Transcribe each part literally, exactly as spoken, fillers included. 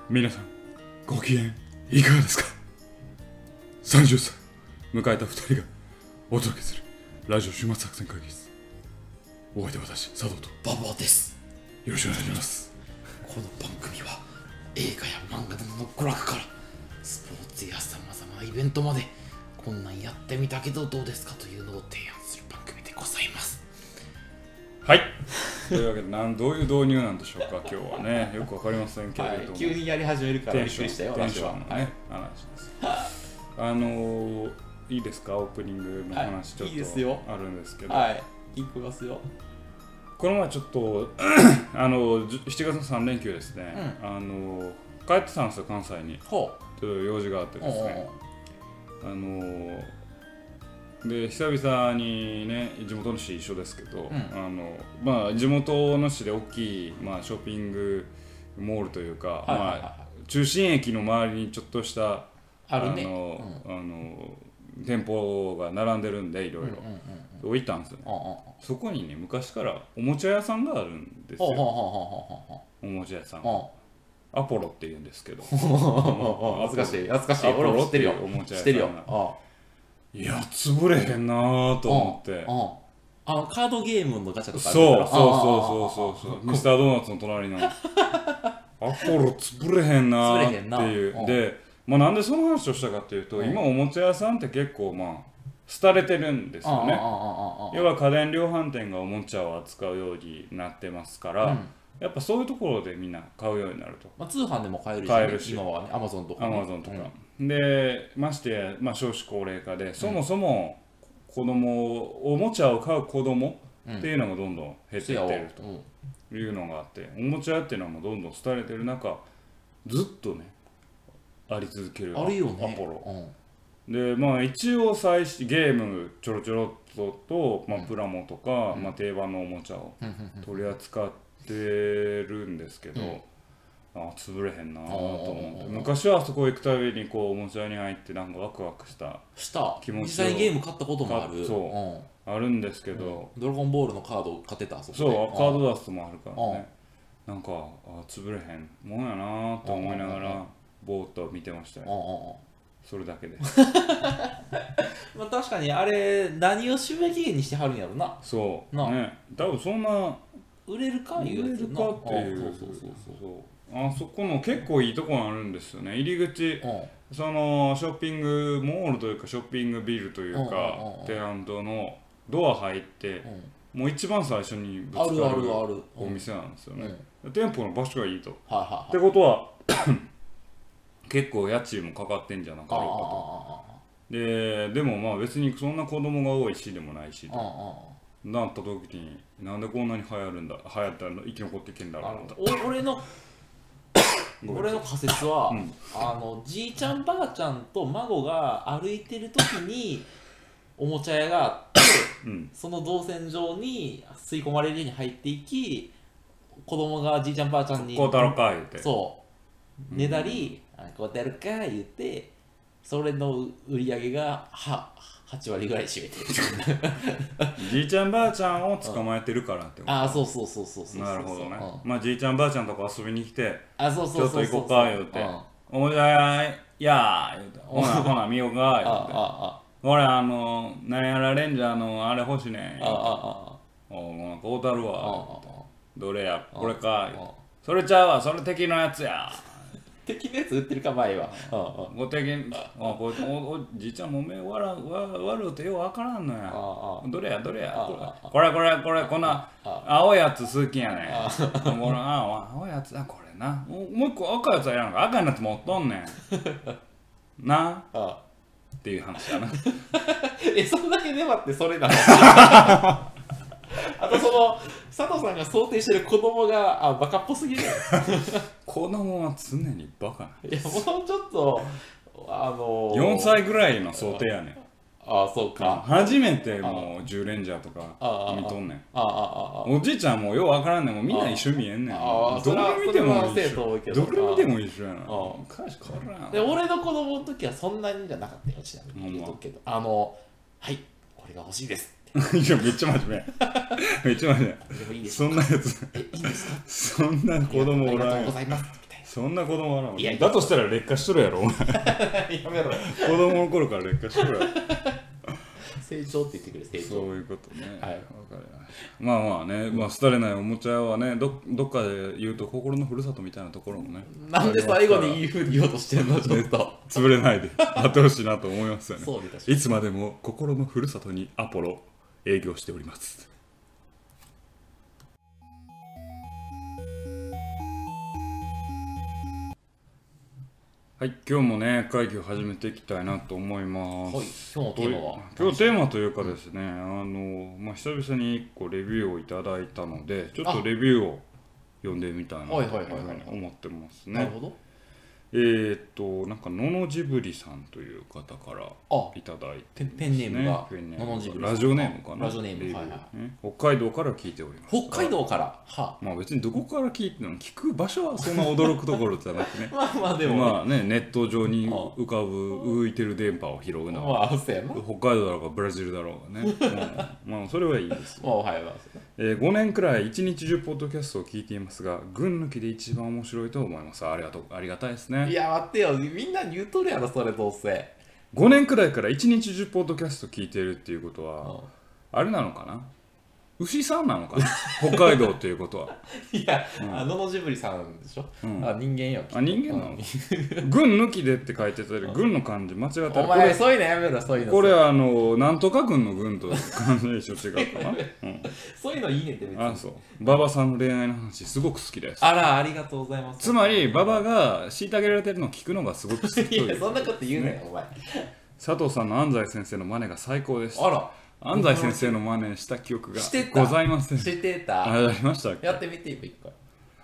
皆さんご機嫌いかがですか。さんじゅっさい迎えたふたりがお届けするラジオ終末作戦会議室。お相手は私佐藤とバボです。 よろしくお願いします。 この番組は映画や漫画などの娯楽からスポーツやさまざまなイベントまで、こんなんやってみたけどどうですかというのを提案する番組でございます。 はいというわけでなんどういう導入なんでしょうか。今日はねよくわかりませんけれども、 はい、急にやり始めるからびっくテンションりしたよ。 テンションのね、 はい、 話です。あのー、いいですか、オープニングの話ちょっはい、いいですよ。 とあるんですけど、 はい、いきますよ。 この前ちょっとあのしちがつのさん連休ですね、うん、あの帰ってたんですよ、関西に。 ほうちょっと用事があってですね、あので久々にね、地元の市一緒ですけど、うん、あのまあ地元の市で大きい、まあ、ショッピングモールというか、はいはいはい、まあ、中心駅の周りにちょっとしたある、ね、あの、うん、あの店舗が並んでるんでいろいろ置いたんですよね。そこにね、昔からおもちゃ屋さんがあるんですよ。おもちゃ屋さんアポロって言うんですけど懐かしい懐かしい。俺も知ってるよ。 おもちゃ屋さんがいや、潰れへんなーと思って。 あのカードゲームのガチャとかあるから。 そうそうそうそうそうそうミスタードーナツの隣のアポロ潰れへんなーっていうで、まあ、なんでその話をしたかっていうと、うん、今おもちゃ屋さんって結構まあ廃れてるんですよね。要は家電量販店がおもちゃを扱うようになってますから、うん、やっぱそういうところでみんな買うようになると、 まあ、通販でも買えるし、ね、 買えるし今はね、アマゾンとか、 ね、アマゾンとか、うん、でましてや、まあ、少子高齢化でそもそも子供おもちゃを買う子供っていうのがどんどん減っていってるというのがあって、おもちゃ屋っていうのはもうどんどん廃れてる中、ずっとねあり続けるアポロ、うん、でまあ一応最新ゲームちょろちょろっとと、まあ、プラモとか、うん、まあ、定番のおもちゃを取り扱ってるんですけど、うん、あ潰れへんなと思って、昔はあそこ行くたびにこうおもちゃに入ってなんかワクワクした気持ちを、 実際にゲーム買ったこともある。 そう、うん、あるんですけど、 うん、ドラゴンボールのカード買ってた。そそうカードダストもあるからね、なんかあ潰れへんもんやなと思いながらぼーっと見てましたよ。それだけでまあ確かにあれ何を収益源にしてはるんやろな。 そうね、多分そんな売れるか売れるかっていう、あそこの結構いいとこあるんですよね。入り口、そのショッピングモールというかショッピングビルというかテナントのドア入ってもう一番最初にぶつかるお店なんですよね。店舗の場所がいいと。ってことは結構家賃もかかってんじゃなかろうかと。ででもまあ別にそんな子供が多いしでもないしとなった時に、なんでこんなに流行るんだ流行ったら生き残っていけんだろうと。 俺の俺の仮説は、うん、あのじいちゃんばあちゃんと孫が歩いてる時におもちゃ屋があって、うん、その動線上に吸い込まれるように入っていき、子供がじいちゃんばあちゃんにこうたろか言うてそうねだり、うん、こうやるか言ってそれの売り上げがははちわりぐらい占めてるじいちゃんばあちゃんを捕まえてるからってこと。 ああそうそうそうそうそう。 なるほどね、うん、まあじいちゃんばあちゃんとか遊びに来て、 あそうそうそうそう、 ちょっと行こうか言うて、おもちゃややー言うて、ほなほな見ようか言うて、俺あのなんやらレンジャーのあれ欲しいねん、おおこうたるわ言うて、どれやこれか言うて、それちゃうわそれ敵のやつや敵のやつ売ってるか前は。 ご敵おおおじいちゃんも目笑う笑うてようわからんのや。どれやどれやこれこれこれこんな青いやつ好きやねん。これあ青いやつだこれな。もう一個赤いやつはやらんか、赤いやつ持っとんねんなっていう話やな。 えそんだけ粘ってそれなの。あとその佐藤さんが想定してる子供があバカっぽすぎる。 子供は常にバカな。 いやもうちょっとあのー、 よんさいぐらいの想定やねん。 ああそうか。 初めてもうじゅうレンジャーとか見とんねん。おじいちゃんもようわからんねん。もうみんな一緒見えんねん。どれ見ても一緒。どれ見ても一緒やな。 で俺の子供の時はそんなにじゃなかったよ。ちなみに言うとくけど、あのはいこれが欲しいです。 いやめっちゃ真面目めっちゃ真面目。そんなやつえいいですか。 そんな子供おらんよ。 そんな子供はな、いやだとしたら劣化しとるやろお前やめろ子供の頃から劣化しとるやろ成長って言ってくれ成長そういうことね、 はい、 分かる。まあまあね、まあ廃れないおもちゃはね ど, どっかで言うと心のふるさとみたいなところもね、 なんで最後にいいふうに言おうとしてんのちょっと潰れないであってほしいなと思いますよね。 そうでいつまでも心のふるさとにアポロ営業しております。はい、今日もね会議を始めていきたいなと思います。 はい、今日のテーマは今日のテーマというかですね、あのまあ、久々にいっこレビューをいただいたのでちょっとレビューを読んでみたいなと思ってますね。 なるほど。 えーっとなんかののジブリさんという方からいただいて、 ね、ペンネームがののジブリさん、 ラジオネームかな、 ラジオネーム、はいはい、 ね、北海道から聞いております。 北海道から、はまあ別にどこから聞いても聞く場所はそんな驚くところじゃなくてねまあまあでも、ね、 まあねネット上に浮かぶ浮いてる電波を拾うのは、 まあ、そうやな北海道だろうがブラジルだろうがね、うん、まあそれはいいですよ。 まあ、おはようございます、 えー、ごねんくらいいちにちじゅうポッドキャストを聞いていますが群抜きで一番面白いと思います。ありがとう、ありがたいですね。 いや待ってよ、みんなに言うとるやろそれ。どうせごねんくらいからいちにちじゅうポッドキャスト聞いてるっていうことは、あれなのかな、牛さんなのかな北海道っていうことは。 いや、うん、あののジブリさんでしょ、うん、あ人間よ。 あ人間なの、うん、軍抜きでって書いてたり、うん、軍の漢字間違ったらお前そういうのやめろ。そういうのこれはあのなんとか軍の軍と漢字一緒違うかな、うん、 そういうのいいねって別に。 あそう馬場さんの恋愛の話すごく好きです。 あらありがとうございます。 つまり馬場が虐げられてるのを聞くのがすごく好きという、ね、 いやそんなこと言うなよお前。 佐藤さんの安西先生の真似が最高でした。 あら安西先生の真似した記憶がございません。 知ってた。 あ、やりましたっけ。 やってみてよ一回。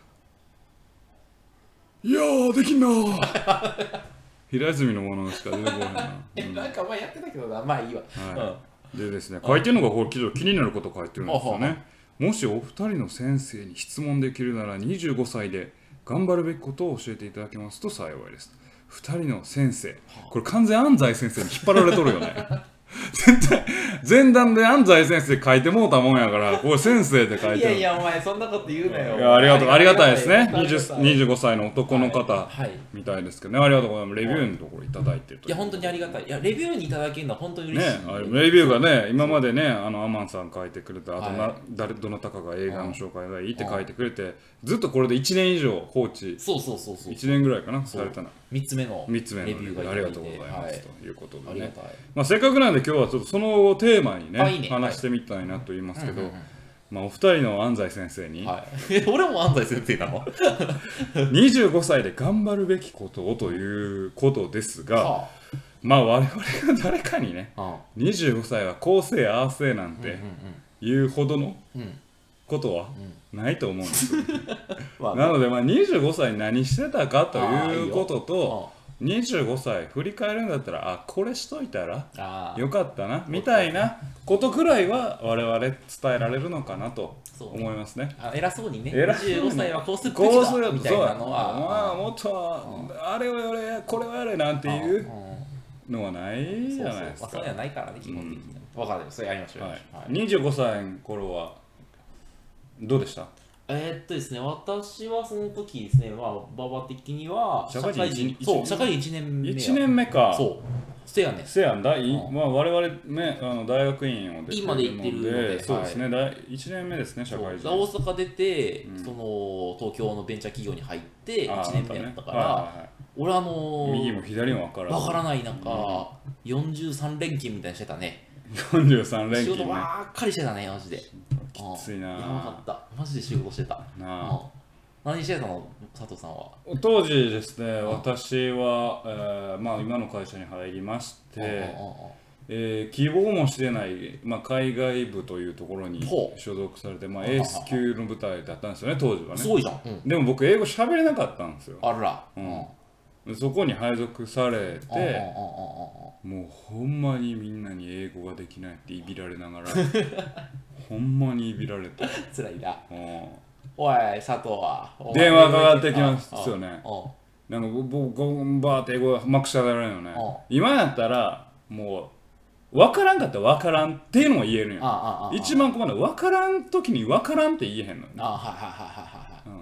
いやーできんなー平泉のものしか出てこないな、 うん、なんか前やってたけどな、まあいいわ、 はい、でですね、書いてるのがこれ気になること書いてるんですよね。もしお二人の先生に質問できるならにじゅうごさいで頑張るべきことを教えていただけますと幸いです。二人の先生、これ完全安西先生に引っ張られとるよね絶対前段で安西先生書いてもうたもんやからこれ先生って書いてる。 いやいやお前そんなこと言うなよ。 いやありがとう、ありがたいですね。にじゅうごさいの男の方みたいですけどね、ありがとうございます。レビューのところいただいてると。 いや本当にありがたい。いやレビューにいただけるのは本当に嬉しい、 ね、レビューがね今までねあのアマンさん書いてくれた、あとな、はい、誰どなたかが映画の紹介がいいって書いてくれて、ずっとこれでいちねん以上放置、 そうそうそうそう、 いちねんぐらいかなされたな。 みっつめのレビューがありがとうございます、はい、ということでね、まあ、せっかくなんで今日はちょっとそのテーマにね、いいね話してみたいなと言いますけど、はい、まあ、お二人の安西先生に、 はい、俺も安西先生なのにじゅうごさいで頑張るべきことをということですが、はあ、まあ我々が誰かにね、はあ、にじゅうごさいはこうせいああせいなんていうほどのことはないと思うんですよ、まあね、なのでまあにじゅうごさいに何してたかということと、にじゅうごさい振り返るんだったら、あ、これしといたらよかったなみたいなことくらいは我々伝えられるのかなと思いますね。 あ、偉そうにね、にじゅうごさいはこうするべきだみたいなのは、 まあもっとあれをやれこれをやれなんていうのはないじゃないですか。 そういうのはないからね基本的に。分かるよ、それやりましょう。 にじゅうごさいの頃はどうでした？ えー、っとですね、私はその時ですね、まあ、馬場的には社会人そう、社会人いちねんめ。 いちねんめか。 そう。せやねん。 せやんだ、うん、まあ我々ね、あの大学院を出てるので、 今で行ってるので、 そうですね、はい、いちねんめですね、社会人。 大阪出て、うん、その東京のベンチャー企業に入っていちねんめやったから、ね、はいはいはい、俺あのー、 右も左も分からない。分からない中、うん、よんじゅうさん連勤みたいにしてたね。 よんじゅうさん連勤、ね、 仕事ばっかりしてたね、マジで。 きついな。 やばかった。マジで仕事してた。なあ。何してたの、佐藤さんは。 当時ですね、私は、えー、まあ今の会社に入りまして、えー、希望もしてない、まあ、海外部というところに所属されて、まあ、エース級の舞台だったんですよね、当時はね。 すごいじゃん。うん、 でも僕、英語喋れなかったんですよ。 あら。 うん、そこに配属されて、もうほんまにみんなに英語ができないっていびられながらほんまにいびられてつらいな。おい佐藤は電話かかってきますよね。なんか僕バーって英語まくしゃべられるよね。今やったらもう分からんかったら分からんっていうのも言えるんや。一番困るの分からん時に分からんって言えへんのよね。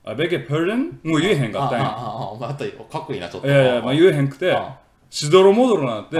あ、ベゲ、パルデンもう言えへんかったんや。 ああ、ああ、お前あったよ。かっこいいな、ちょっと。 いやいや、まあ、言えへんくて、しどろもどろなって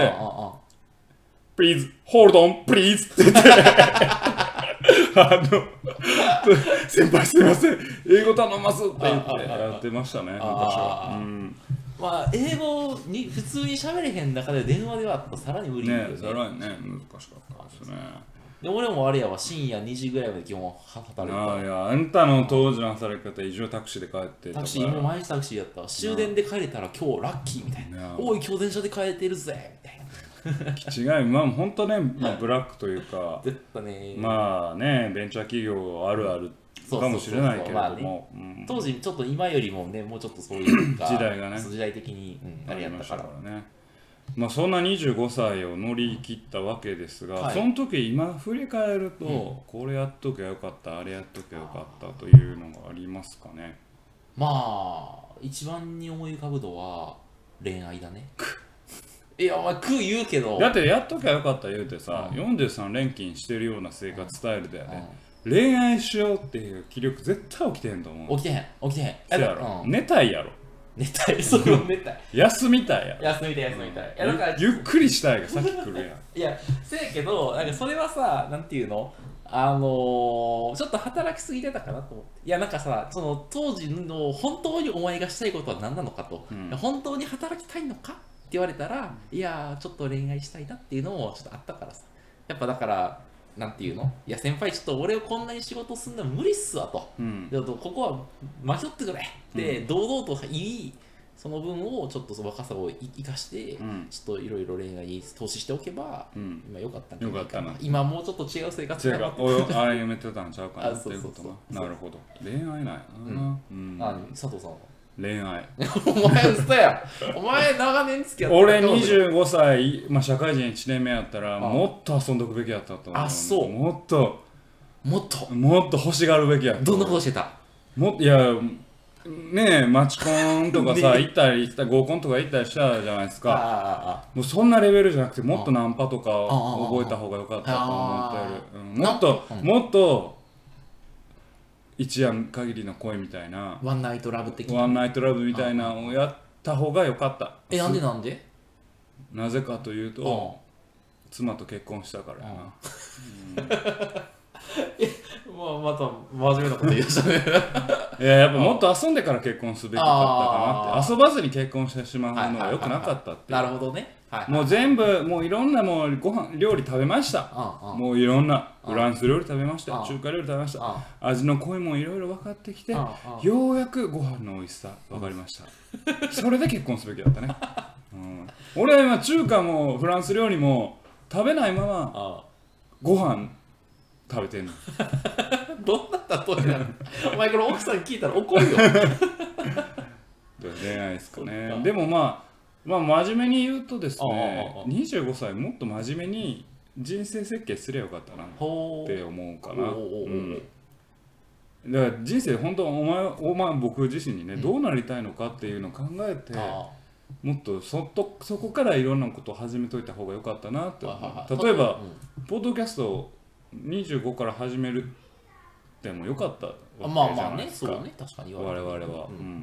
、Please, hold on, please って言って、あの、先輩すいません、英語頼ますって言ってやってましたね、昔は。うん、 まあ、英語に普通に喋れへん中で電話ではさらに無理ね。ね、さらにね、難しかったですね。 で俺もあれやわ、深夜にじぐらいまで基本働いてた。 ああ、いや、あんたの当時の働き方、以上タクシーで帰ってタクシー、もう毎日タクシーやったわ。終電で帰れたら今日ラッキーみたいな。おい、今日電車で帰ってるぜみたいな。 違い、まあ本当ね、まあ、ブラックというか、 ね、 まあね、ベンチャー企業あるあるかもしれないけれども、 当時ちょっと今よりもね、もうちょっとそういう時代がね、 時代的に、うん、あれやったからね。まあそんなにじゅうごさいを乗り切ったわけですが、はい、その時今振り返ると、うん、これやっとけばよかった、あれやっとけばよかったというのがありますかね。 まあ一番に思い浮かぶのは恋愛だね。いや、お前、食う言うけど。 だって、やっときゃよかった言うてさ、うん、よんじゅうさん連勤してるような生活スタイルだよね。うん、恋愛しようっていう気力、絶対起きてへんと思う。起きてへん、起きてへん。 そうやろ、うん、寝たいやろ。 寝たい、そう、寝たい。 休みたいやろ。 休みたい、休みたい。いやだからゆっくりしたいが先来るやん。 いや、せやけど、なんかそれはさ、なんていうのあのー、ちょっと働きすぎてたかなと思って。いや、なんかさ、その当時の本当にお前がしたいことは何なのかと。うん、本当に働きたいのかって言われたら、いやーちょっと恋愛したいなっていうのもちょっとあったからさ、やっぱだからなんていうの、いや先輩ちょっと俺をこんなに仕事すんの無理っすわと、うん、でここは巻き取ってくれって堂々と言い、その分をちょっと若さを生かして、うん、ちょっといろいろ恋愛に投資しておけば、うん、今良かったんじゃないかな。今もうちょっと違う生活がおああやめてたんちゃうかなっていうことな。なるほど。恋愛ないな、うんうん、あ佐藤さんは恋愛お前嘘やお前長年付き合って俺にじゅうごさい、まあ、社会人いちねんめやったらもっと遊んどくべきやったと思う。 あ、そう。 もっともっともっと欲しがるべきやった。 どんなことしてた？ もいやねえ、マチコンとかさ行ったり合コンとか行ったりしたじゃないですか。ああ、もうそんなレベルじゃなくて、もっとナンパとか覚えた方が良かったと思ってる、うん、もっと、うん、もっと一夜限りの恋みたいな、 ワンナイトラブ的なワンナイトラブみたいなのをやった方が良かった。 え、なんでなんで？ なぜかというと、妻と結婚したからやな。 え、まあ、また真面目なこと言いましたね。 いや、やっぱもっと遊んでから結婚すべきだったかなって。遊ばずに結婚してしまうのは良くなかったっていう。 なるほどね。 はいはい、もう全部もういろんなもうご飯料理食べました。もういろんなフランス料理食べました。中華料理食べました。味の濃いもいろいろ分かってきて、ようやくご飯の美味しさ分かりました。それで結婚すべきだったね。うん、俺は今中華もフランス料理も食べないままご飯食べてんの。 どんな例えなの？お前これ奥さん聞いたら怒るよ。 恋愛ですかね。でもまあまあ真面目に言うとですね、にじゅうごさいもっと真面目に人生設計すればよかったなって思うかな。うん、だから人生本当お前お前僕自身にね、どうなりたいのかっていうのを考えて、もっと そ, とそこからいろんなことを始めといた方がよかったなって思う。例えば、うん、ポッドキャストをにじゅうごから始めるってもよかったわけじゃないですか。我々は、うんうん、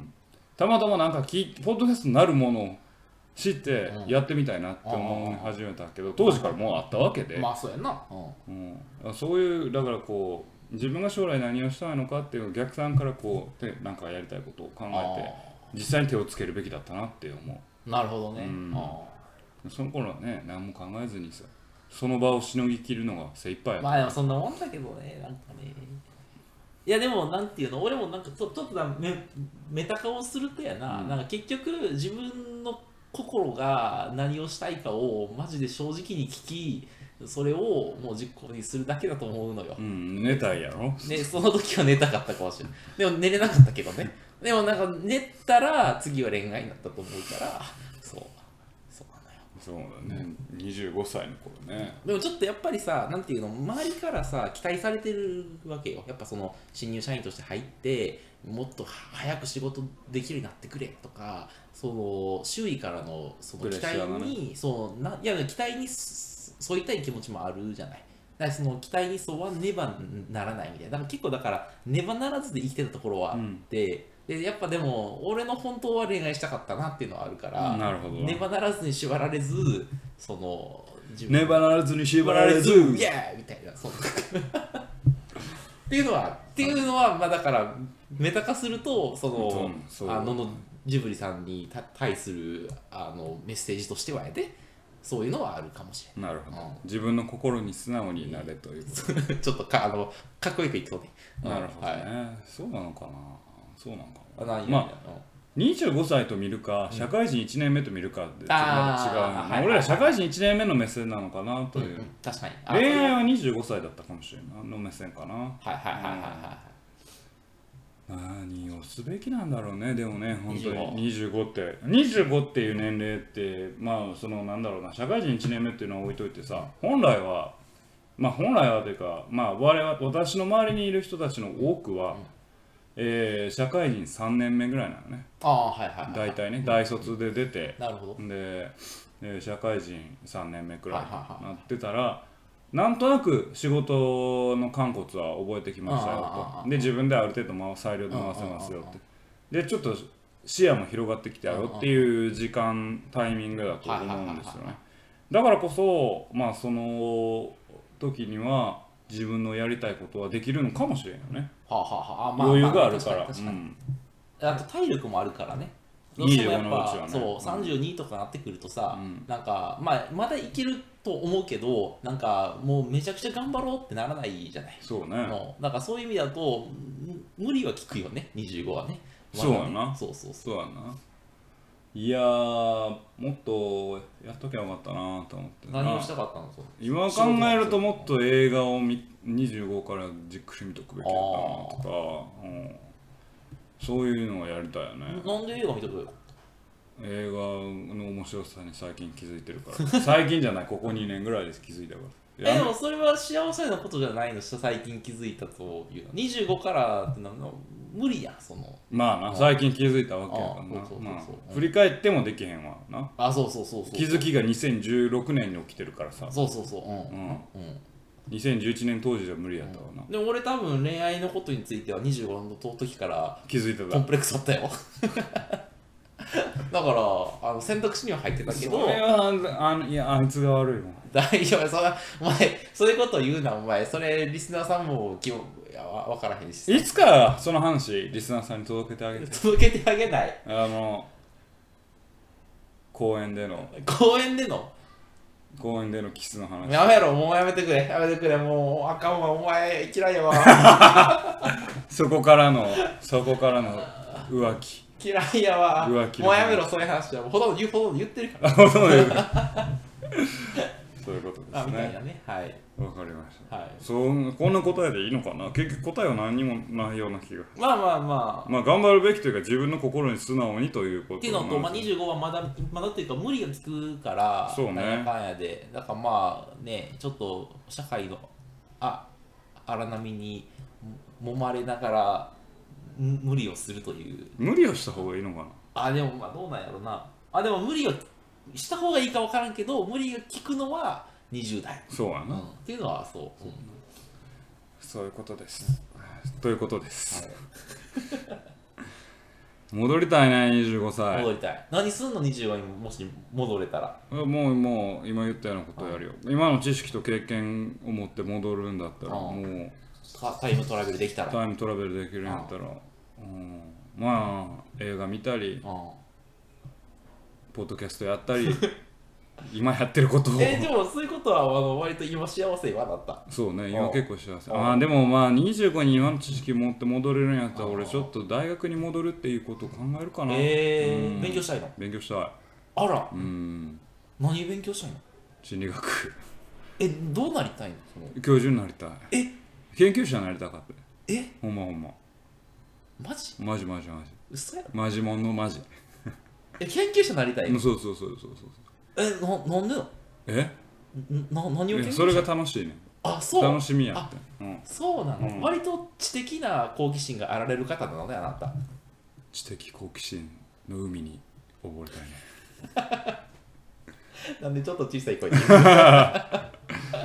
たまたまなんかきポッドキャストになるものを知ってやってみたいなって思い始めたけど、当時からもうあったわけで、 まあそうやな、 うんうん、そういうだからこう自分が将来何をしたいのかっていう逆算からこうでなんかやりたいことを考えて実際に手をつけるべきだったなって思う。 なるほどね、うん、 その頃はね何も考えずにさ、その場をしのぎきるのが精一杯やった。 まあでもそんなもんだけどね、なんかね。いやでもなんていうの、俺もなんかちょっとメメタ化をするとやな、うん、なんか結局自分の心が何をしたいかをマジで正直に聞き、それをもう実行にするだけだと思うのよ。 うん、寝たいやろ。 ね、その時は寝たかったかもしれない。でも寝れなかったけどね。でもなんか寝たら次は恋愛になったと思うから、そう。 そうだね、うん、にじゅうごさいの頃ね。 でもちょっとやっぱりさ、なんていうの、周りからさ期待されてるわけよ。やっぱその新入社員として入ってもっと早く仕事できるようになってくれとか、その周囲からのその期待に、そうないや期待に沿いたい気持ちもあるじゃない。だからその期待に沿わねばならないみたいな。だから結構だからねばならずで生きてたところはあって、 でやっぱでも俺の本当は恋愛したかったなっていうのはあるから、 なるほど、 粘らずに縛られず、その粘らずに縛られずイエーイみたいな、そっていうのはっていうのはまあだからメタ化するとその、うん、あのジブリさんに対するあのメッセージとしてはやで、そういうのはあるかもしれない。 なるほど、うん、自分の心に素直になれということちょっとかあのかっこよく言ってとね。 なるほどね、はい、そうなのかな、そうなのかな。 あまあにじゅうごさいと見るか、社会人いちねんめと見るかでまだ違う、俺ら社会人いちねんめの目線なのかなという、うんうん、 確かに恋愛はにじゅうごさいだったかもしれないの目線かな。はいはいはいはいはい、 何をすべきなんだろうね。でもね、本当ににじゅうごってにじゅうごっていう年齢って、まあそのなんだろうな、社会人いちねんめっていうのは置いといてさ、本来はまあ本来はというか、まあ我々私の周りにいる人たちの多くは、うん、えー、社会人さんねんめぐらいなのね。 ああ、はいはいはい、 大体ね、大卒で出て、 なるほど。 で、えー、社会人さんねんめくらいになってたら、なんとなく仕事の肝骨は覚えてきましたよと。で、自分である程度裁量で回せますよって。で、ちょっと視野も広がってきたよっていう時間、タイミングだと思うんですよね。だからこそ、まあその時には自分のやりたいことはできるのかもしれんよね。 はあはあはあ、まあ、 余裕があるから。 あと体力もあるからね。 にじゅうごのうちはね。 そう、さんじゅうにとかなってくるとさ、うん、なんか、まあ、まだいけると思うけど、なんかもうめちゃくちゃ頑張ろうってならないじゃない。 そうね。 なんかそういう意味だと、無理は効くよね、にじゅうごはね。 まだね、そうやな。 そうそうそう。そうやな。いやー、もっとやっときゃよかったなと思って。 何をしたかったの？ 今考えるともっと映画をにじゅうごからじっくり見とくべきだったなとか、うん、そういうのをやりたいよね。 なんで映画見とくべき？ 映画の面白さに最近気づいてるから最近じゃない、ここにねんぐらいです気づいたから。 えでもそれは幸せなことじゃないの？最近気づいたというのにじゅうごからってのは無理やん、そのまあな、最近気づいたわけやからな。振り返ってもできへんわな。 あ、そうそうそうそう、 気づきがにせんじゅうろくねんに起きてるからさ。 そうそうそう、うんうん、うん、 にせんじゅういちねん当時じゃ無理やったわな、 うん、でも俺多分恋愛のことについてはにじゅうごの時から気づいてた。 コンプレックスあったよだからあの選択肢には入ってたけど、 それはあのいやあいつが悪いもん。 大丈夫、それお前そういうこと言うな、お前それリスナーさんも気もいや分からへんし、 いつかその話リスナーさんに届けてあげて。 届けてあげない。 あの公園での公園での公園でのキスの話。 やめろ、もうやめてくれ、やめてくれ、もうあかんわ、お前嫌いやわそこからのそこからの浮気嫌いやわ、 浮気もうやめろ、そういう話はほとんど言うほとんど言ってるからほとんど言うからそういうことですね。 あみたいなね、はい、 わかりました、 はい、 そうこんな答えでいいのかな。結局答えは何にもないような気が。 まあまあまあまあ頑張るべきというか自分の心に素直にということっていうのと、まあ、にじゅうごはまだまだっていうか無理がきくから、 そうね、 なんやかんやで、だからまあね、ちょっと社会のあ荒波に揉まれながら無理をするという。 無理をした方がいいのかな。 あでもまあどうなんやろな。あでも無理をした方がいいか分からんけど、無理が効くのはにじゅう代。 そうやな、うん、 っていうのはそう、うん、 そういうことです、うん、ということです、はい、戻りたいね、にじゅうごさい。 戻りたい。何すんのにじゅうごにもし戻れたら。 もうもう今言ったようなことやるよ、うん、今の知識と経験を持って戻るんだったら、うん、もうタイムトラベルできたらタイムトラベルできるんやったら、うん、まあ映画見たり、うん、ポッドキャストやったり今やってることをえー、でもそういうことはあの割と今幸せはなった。 そうね、今結構幸せ。ああでもまあにじゅうごに今の知識持って戻れるんやったら俺ちょっと大学に戻るっていうことを考えるかな。 えー、うん、勉強したいの？ 勉強したい。 あら、 うん、 何勉強したいの？ 心理学え、どうなりたいの？その教授になりたい。 え研究者になりたかった。 えほんまほんまマジマジマジマジ嘘やろマジもんのマジえ、研究者になりたいの？ そうそうそうそうそう。 え、な、なんでの？ えな、何を研究者？ それが楽しいね。 あ、そう楽しみやって、うん、 そうなの、うん、割と知的な好奇心があられる方なのね、あなた。 知的好奇心の海に溺れたいねなんでちょっと小さい声で言うあ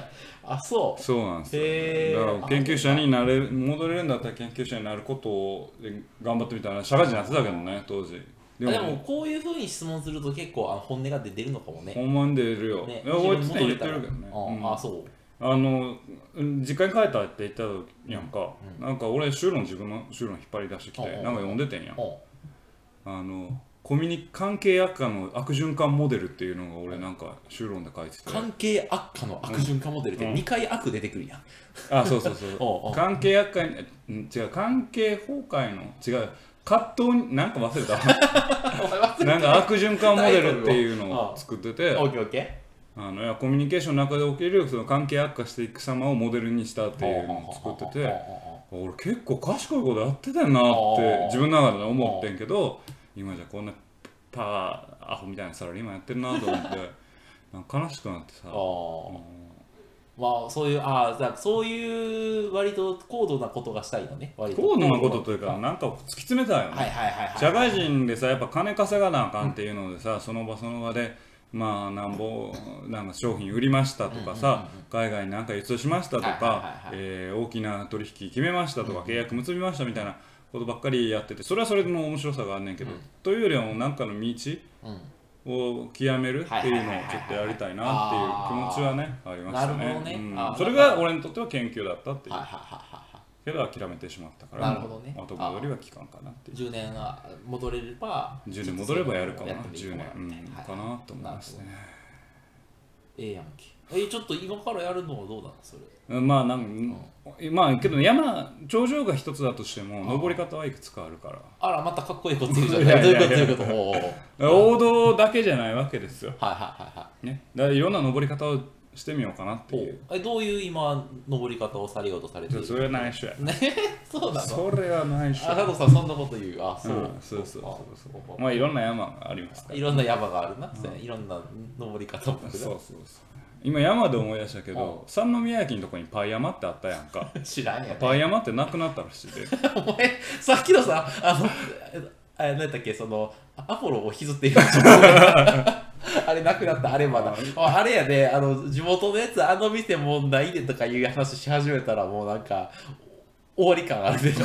あ、そう。 そうなんですよ。 へだから研究者になれる、戻れるんだったら研究者になることを頑張ってみたいな社会人になってたけどね、当時。 でも、でもこういうふうに質問すると結構あの本音が出るのかもね。 ほんまに出るよ。ね、覚えてて言ってるけどね。 うん、あ、そう。 あの実家に帰ったって言ったやんか、うん、なんか俺修論自分の修論引っ張り出してきて、うん、なんか読んでてんやん、うん、あのコミュニ関係悪化の悪循環モデルっていうのが俺なんか修論で書いてて、 関係悪化の悪循環モデルってにかい悪出てくるやん、 うん、あ、そうそうそうおうおう関係悪化に違う関係崩壊の違う葛藤になんか忘れたなんか悪循環モデルっていうのを作っててオッケーオッケーあのいやコミュニケーションの中で起きるその関係悪化していく様をモデルにしたっていうのを作ってて、俺結構賢いことやってたよなって自分の中で思ってんけど、今じゃこんなパワーアホみたいなサラリーマンやってるなと思ってなんか悲しくなってさ、あ、 まあそういうあじゃあそういう割と高度なことがしたいのね。割と高度なことというかなんか突き詰めたよね。社会人でさやっぱ金稼がなあかんっていうのでさ、その場その場でまあなんぼなんか商品売りましたとかさ、海外になんか輸出しましたとか、大きな取引決めましたとか、契約結びましたみたいなことばっかりやってて、それはそれの面白さがあんねんけど、というよりはなんかの道を極めるっていうのをちょっとやりたいなっていう気持ちはねありましたね。それが俺にとっては研究だったっていう。けど諦めてしまったから、 なるほどね、 後戻りは期間かなっていう。 じゅうねんは戻れればじゅうねん戻ればやるかな、じゅうねん、うん、かなと思いますね。 ええやんけ。えちょっと今からやるのはどうなのそれ。 まあなんか、うん、まあけど山頂上が一つだとしても登り方はいくつかあるから。 あらまたかっこいいこと言うじゃない。どういうことどういうこと王道だけじゃないわけですよ。 はいはいはいはい。 ね、だからいろんな登り方をしてみようかなっていう。 えどういう今登り方をされようとされてる？ それは内緒や。 ね、そうなの。 それは内緒。 あ、佐藤さんそんなこと言う。あ、そう。 うん、そうそうそうそう。まあいろんな山がありますから。 いろんな山があるな。うん、いろんな登り方も。 そうそうそう。今山で思い出したけど、三宮駅のとこにパイ山ってあったやんか。 知らんやね。 パイ山ってなくなったらしいで。 お前さっきのさ、あのあれ何だっけそのアポロを引きずっている。あれなくなったあれまだあれやで、あの地元のやつあの店もうないでとかいう話し始めたらもうなんか終わり感あるでしょ。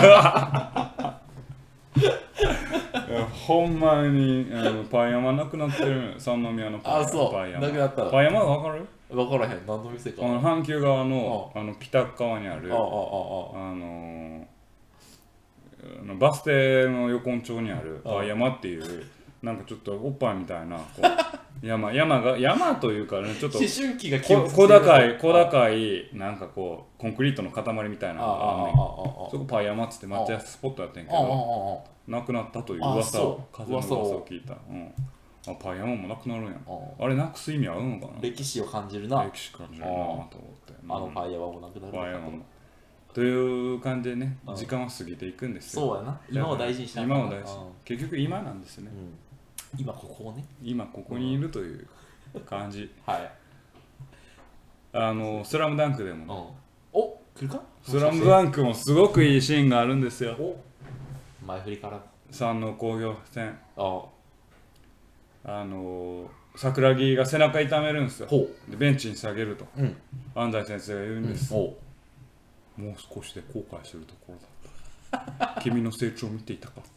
ほんまにあのパイ山なくなってる三宮のパイ山。あ、そうなくなったらパイ山分かる？ 分からへん。何の店か。 あの阪急側のあのピタ側にあるあああのバス停の横ん町にあるパイ山っていうなんかちょっとおっぱいみたいなこう山山が山というかねちょっと思春期が小高い小高いなんかこうコンクリートの塊みたいなのがあんねん。そこパイ山っつって待ち合わせスポットやってんけどなくなったという噂を風の噂を聞いた。うん、あパイ山もなくなるんや。あれなくす意味あるのかな。 歴史を感じるな。 歴史感じるなと思って。 あのパイ山もなくなる。 パイ山もという感じでね時間は過ぎていくんですよ。 そうやな。今を大事にしな今を大事。結局今なんですね。 今ここをね。 今ここにいるという感じ。 はい。 あのスラムダンクでも、 ね。お来るか？ スラムダンクもすごくいいシーンがあるんですよ。 前振りから。 山王工業戦。 ああの桜木が背中痛めるんですよ。でベンチに下げると、 うん、 安西先生が言うんです。 うん、 もう少しで後悔するところだった。君の成長を見ていたかった。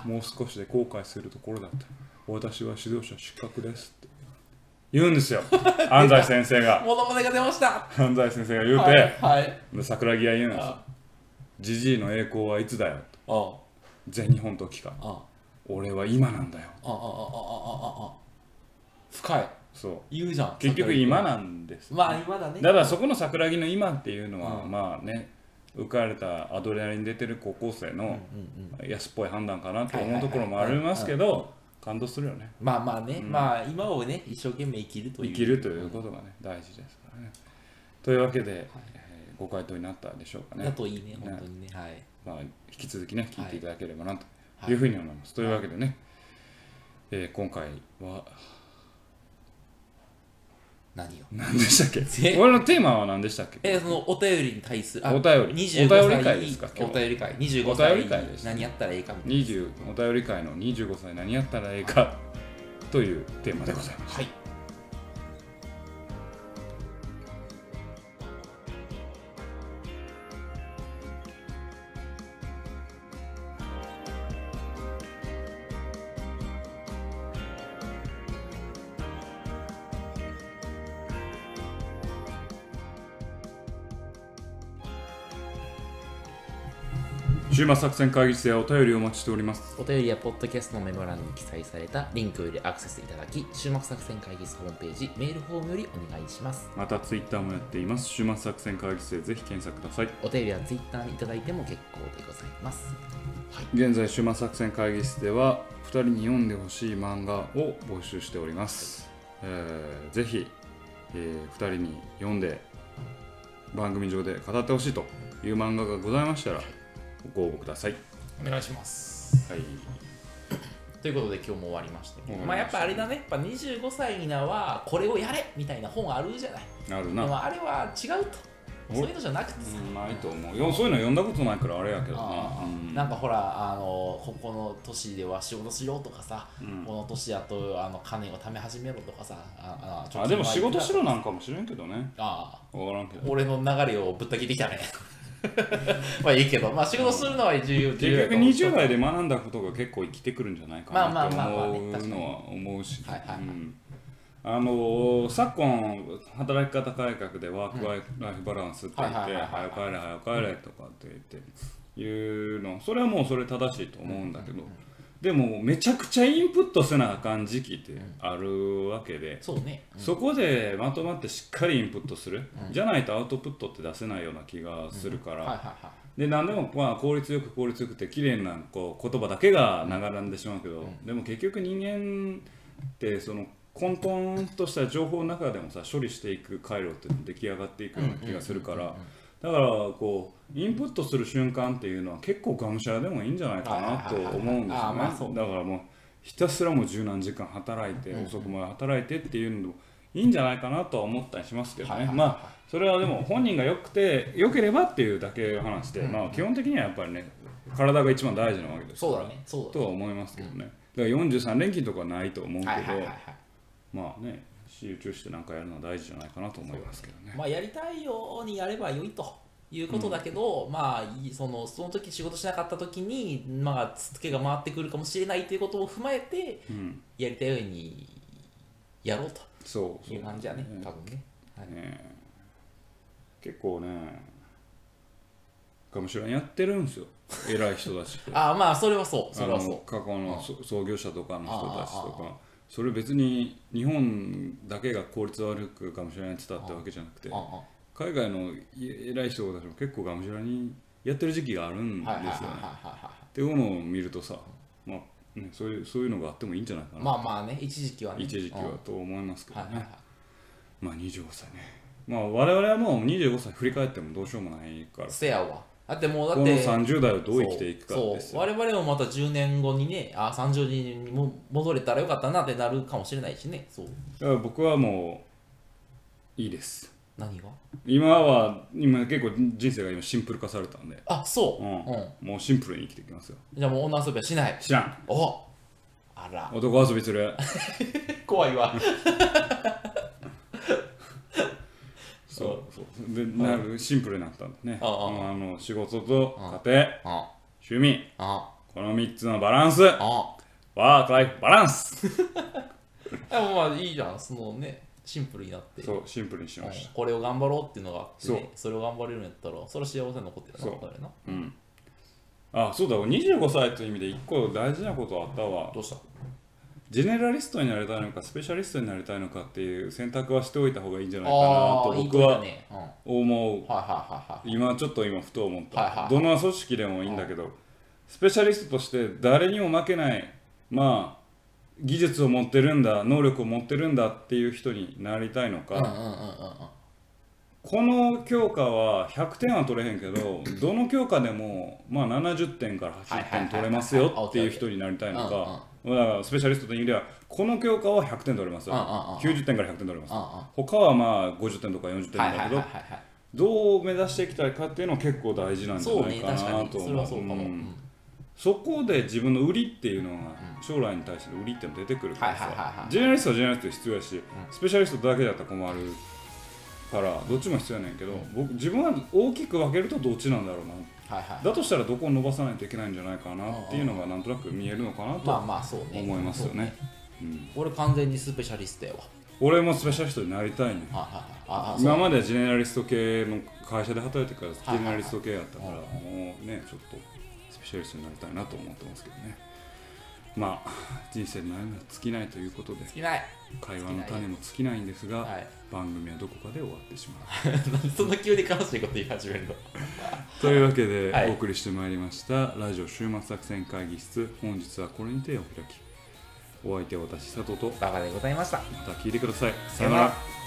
もう少しで後悔するところだった。私は指導者失格ですって言うんですよ。安西先生が。 モノマネが出ました。 安西先生が言うて、 はいはい、 で桜木が言うんですよ。ジジイの栄光はいつだよと。全日本と期間。俺は今なんだよ。 ああああああ深い。 そう言うじゃん。 結局今なんです。 まあ今だね。 だからそこの桜木の今っていうのは、うん、まあね浮かれたアドレナリン出てる高校生の安っぽい判断かなと思うところもありますけど感動するよね。 まあまあね、うん、まあ今をね一生懸命生きるという生きるということがね大事ですからね。というわけで、はい、えー、ご回答になったでしょうかね。 だといいね本当にね。はい。 まあ引き続きね聞いていただければなというふうに思います。はい、というわけでね、えー、今回は何よ何でしたっけ。俺のテーマは何でしたっけ。 えー、そのお便りに対するお便りにじゅうごさいお便り会ですか。 お便り会にじゅうごさい何やったらいいかみたいな。 にじゅうお便り会のにじゅうごさい何やったらいいかというテーマでございます。 はい。 週末作戦会議室でお便りをお待ちしております。 お便りやポッドキャストのメモ欄に記載されたリンクよりアクセスいただき、週末作戦会議室ホームページメールフォームよりお願いします。 またツイッターもやっています。週末作戦会議室でぜひ検索ください。 お便りはツイッターにいただいても結構でございます。 はい、現在週末作戦会議室ではふたりに読んでほしい漫画を募集しております。はい、えー、ぜひ、えー、ふたりに読んで番組上で語ってほしいという漫画がございましたらご応募ください。 お願いします。 はい。 ということで今日も終わりましたけど、まあやっぱあれだね、やっぱにじゅうごさいなはこれをやれみたいな本あるじゃない。 あるな。 でもあれは違うと。そういうのじゃなくてさ、 うん、ないと思うよ。そういうの読んだことないからあれやけどな、 うん、なんかほらあのここの年では仕事しろとかさ、うん、この年だとあの金を貯め始めろとかさ、 ああでも仕事しろなんかもしれんけどね。 ああ分からんけど俺の流れをぶった切ってきたねまあいいけど、まあ仕事するのは重要。 結局にじゅう代で学んだことが結構生きてくるんじゃないかなと思うのは思うし、あの昨今働き方改革でワークライフバランスって言って「早く帰れ早く帰れ」とかって言って言うの、それはもうそれ正しいと思うんだけど、でもめちゃくちゃインプットせなあかん時期ってあるわけで、 そうね、 そこでまとまってしっかりインプットする、じゃないとアウトプットって出せないような気がするから、で何でもまあ効率よく効率よくって綺麗なこう言葉だけが並んでしまうけど、でも結局人間ってその混沌とした情報の中でもさ処理していく回路って出来上がっていくような気がするから、だからこうインプットする瞬間っていうのは結構がむしゃらでもいいんじゃないかなと思うんですよね。だからもうひたすらもう十何時間働いて遅くまで働いてっていうのもいいんじゃないかなとは思ったりしますけどね。まあそれはでも本人がよくてよければっていうだけの話で、まあ基本的にはやっぱりね体が一番大事なわけですからとは思いますけどね。だからよんじゅうさん連勤とかはないと思うけど、まあね、集中して何かやるのは大事じゃないかなと思いますけどね。 まあやりたいようにやればよいということだけど、うん、まあそのその時仕事しなかった時にまあつけが回ってくるかもしれないということを踏まえて、うん、やりたいようにやろうという感じやね、多分ね。はい、ね結構ね、がむしゃらにやってるんですよ。偉い人たちって。 ああまあそれはそう。それはそう。 過去の創業者とかの人たちとか。それ別に日本だけが効率悪くがむしゃらにやってたってわけじゃなくて、海外の偉い人たちも結構がむしゃらにやってる時期があるんですよね。っていうのを見るとさ、まあね、そういうそういうのがあってもいいんじゃないかな。 まあまあね、一時期はね。 一時期はと思いますけどね。まあにじゅうごさいね。まあ我々はもうにじゅうごさい振り返ってもどうしようもないから。 せやわ。だってもうだってこのさんじゅう代をどう生きていくかですよ。 我々もまたじゅうねんごにね、あさんじゅうねんにも戻れたらよかったなってなるかもしれないしね。そうだから僕はもういいです。 何が今は今結構人生が今シンプル化されたんで、 あそう、 うんうん、もうシンプルに生きていきますよ。 じゃあもう女遊びはしない。 知らん。 おあら男遊びする怖いわそうそうでなるシンプルになったんだね。ああの仕事と家庭、趣味、このみっつのバランス、ワークライフバランスでもまあいいじゃん、そのねシンプルになって。 そうシンプルにしました。 これを頑張ろうっていうのがあって、ね、そ, それを頑張れるんやったらそれは幸せなことやな。 そうな、うん、あそうだ、にじゅうごさいという意味でいっこ大事なことあったわ。 どうした？ ジェネラリストになりたいのかスペシャリストになりたいのかっていう選択はしておいた方がいいんじゃないかなと僕は思う。今ちょっと今ふと思った、はいはいはい、どの組織でもいいんだけど、スペシャリストとして誰にも負けない、まあ技術を持ってるんだ、能力を持ってるんだっていう人になりたいのか、この教科はひゃくてんは取れへんけどどの教科でもまあななじゅってんからはちじゅってん取れますよっていう人になりたいのか、だからスペシャリストという意味ではこの教科はひゃくてん取れますよ、きゅうじゅってんからひゃくてん取れます、他はまあごじゅってんとかよんじゅってんだけど、どう目指していきたいかっていうのは結構大事なんじゃないかなと思う。そこで自分の売りっていうのが将来に対しての売りっていうのが出てくるからさ、ジェネラリストはジェネラリストで必要やし、スペシャリストだけだったら困るからどっちも必要やねんけど、僕自分は大きく分けるとどっちなんだろうな、はいはい、だとしたらどこを伸ばさないといけないんじゃないかなっていうのがなんとなく見えるのかなと思いますよね。 俺完全にスペシャリストやわ。 俺もスペシャリストになりたいね。今までジェネラリスト系の会社で働いてからジェネラリスト系やったから、もうねちょっとスペシャリストになりたいなと思ってますけどね。まあ人生の悩みは尽きないということで、 尽きない、 会話の種も尽きないんですが、はい、番組はどこかで終わってしまうなんでそんな急に悲しいこと言い始めるのというわけで、はい、お送りしてまいりましたラジオ週末作戦会議室、本日はこれにてお開き。お相手は私佐藤とバカでございました。 また聞いてください。さよなら。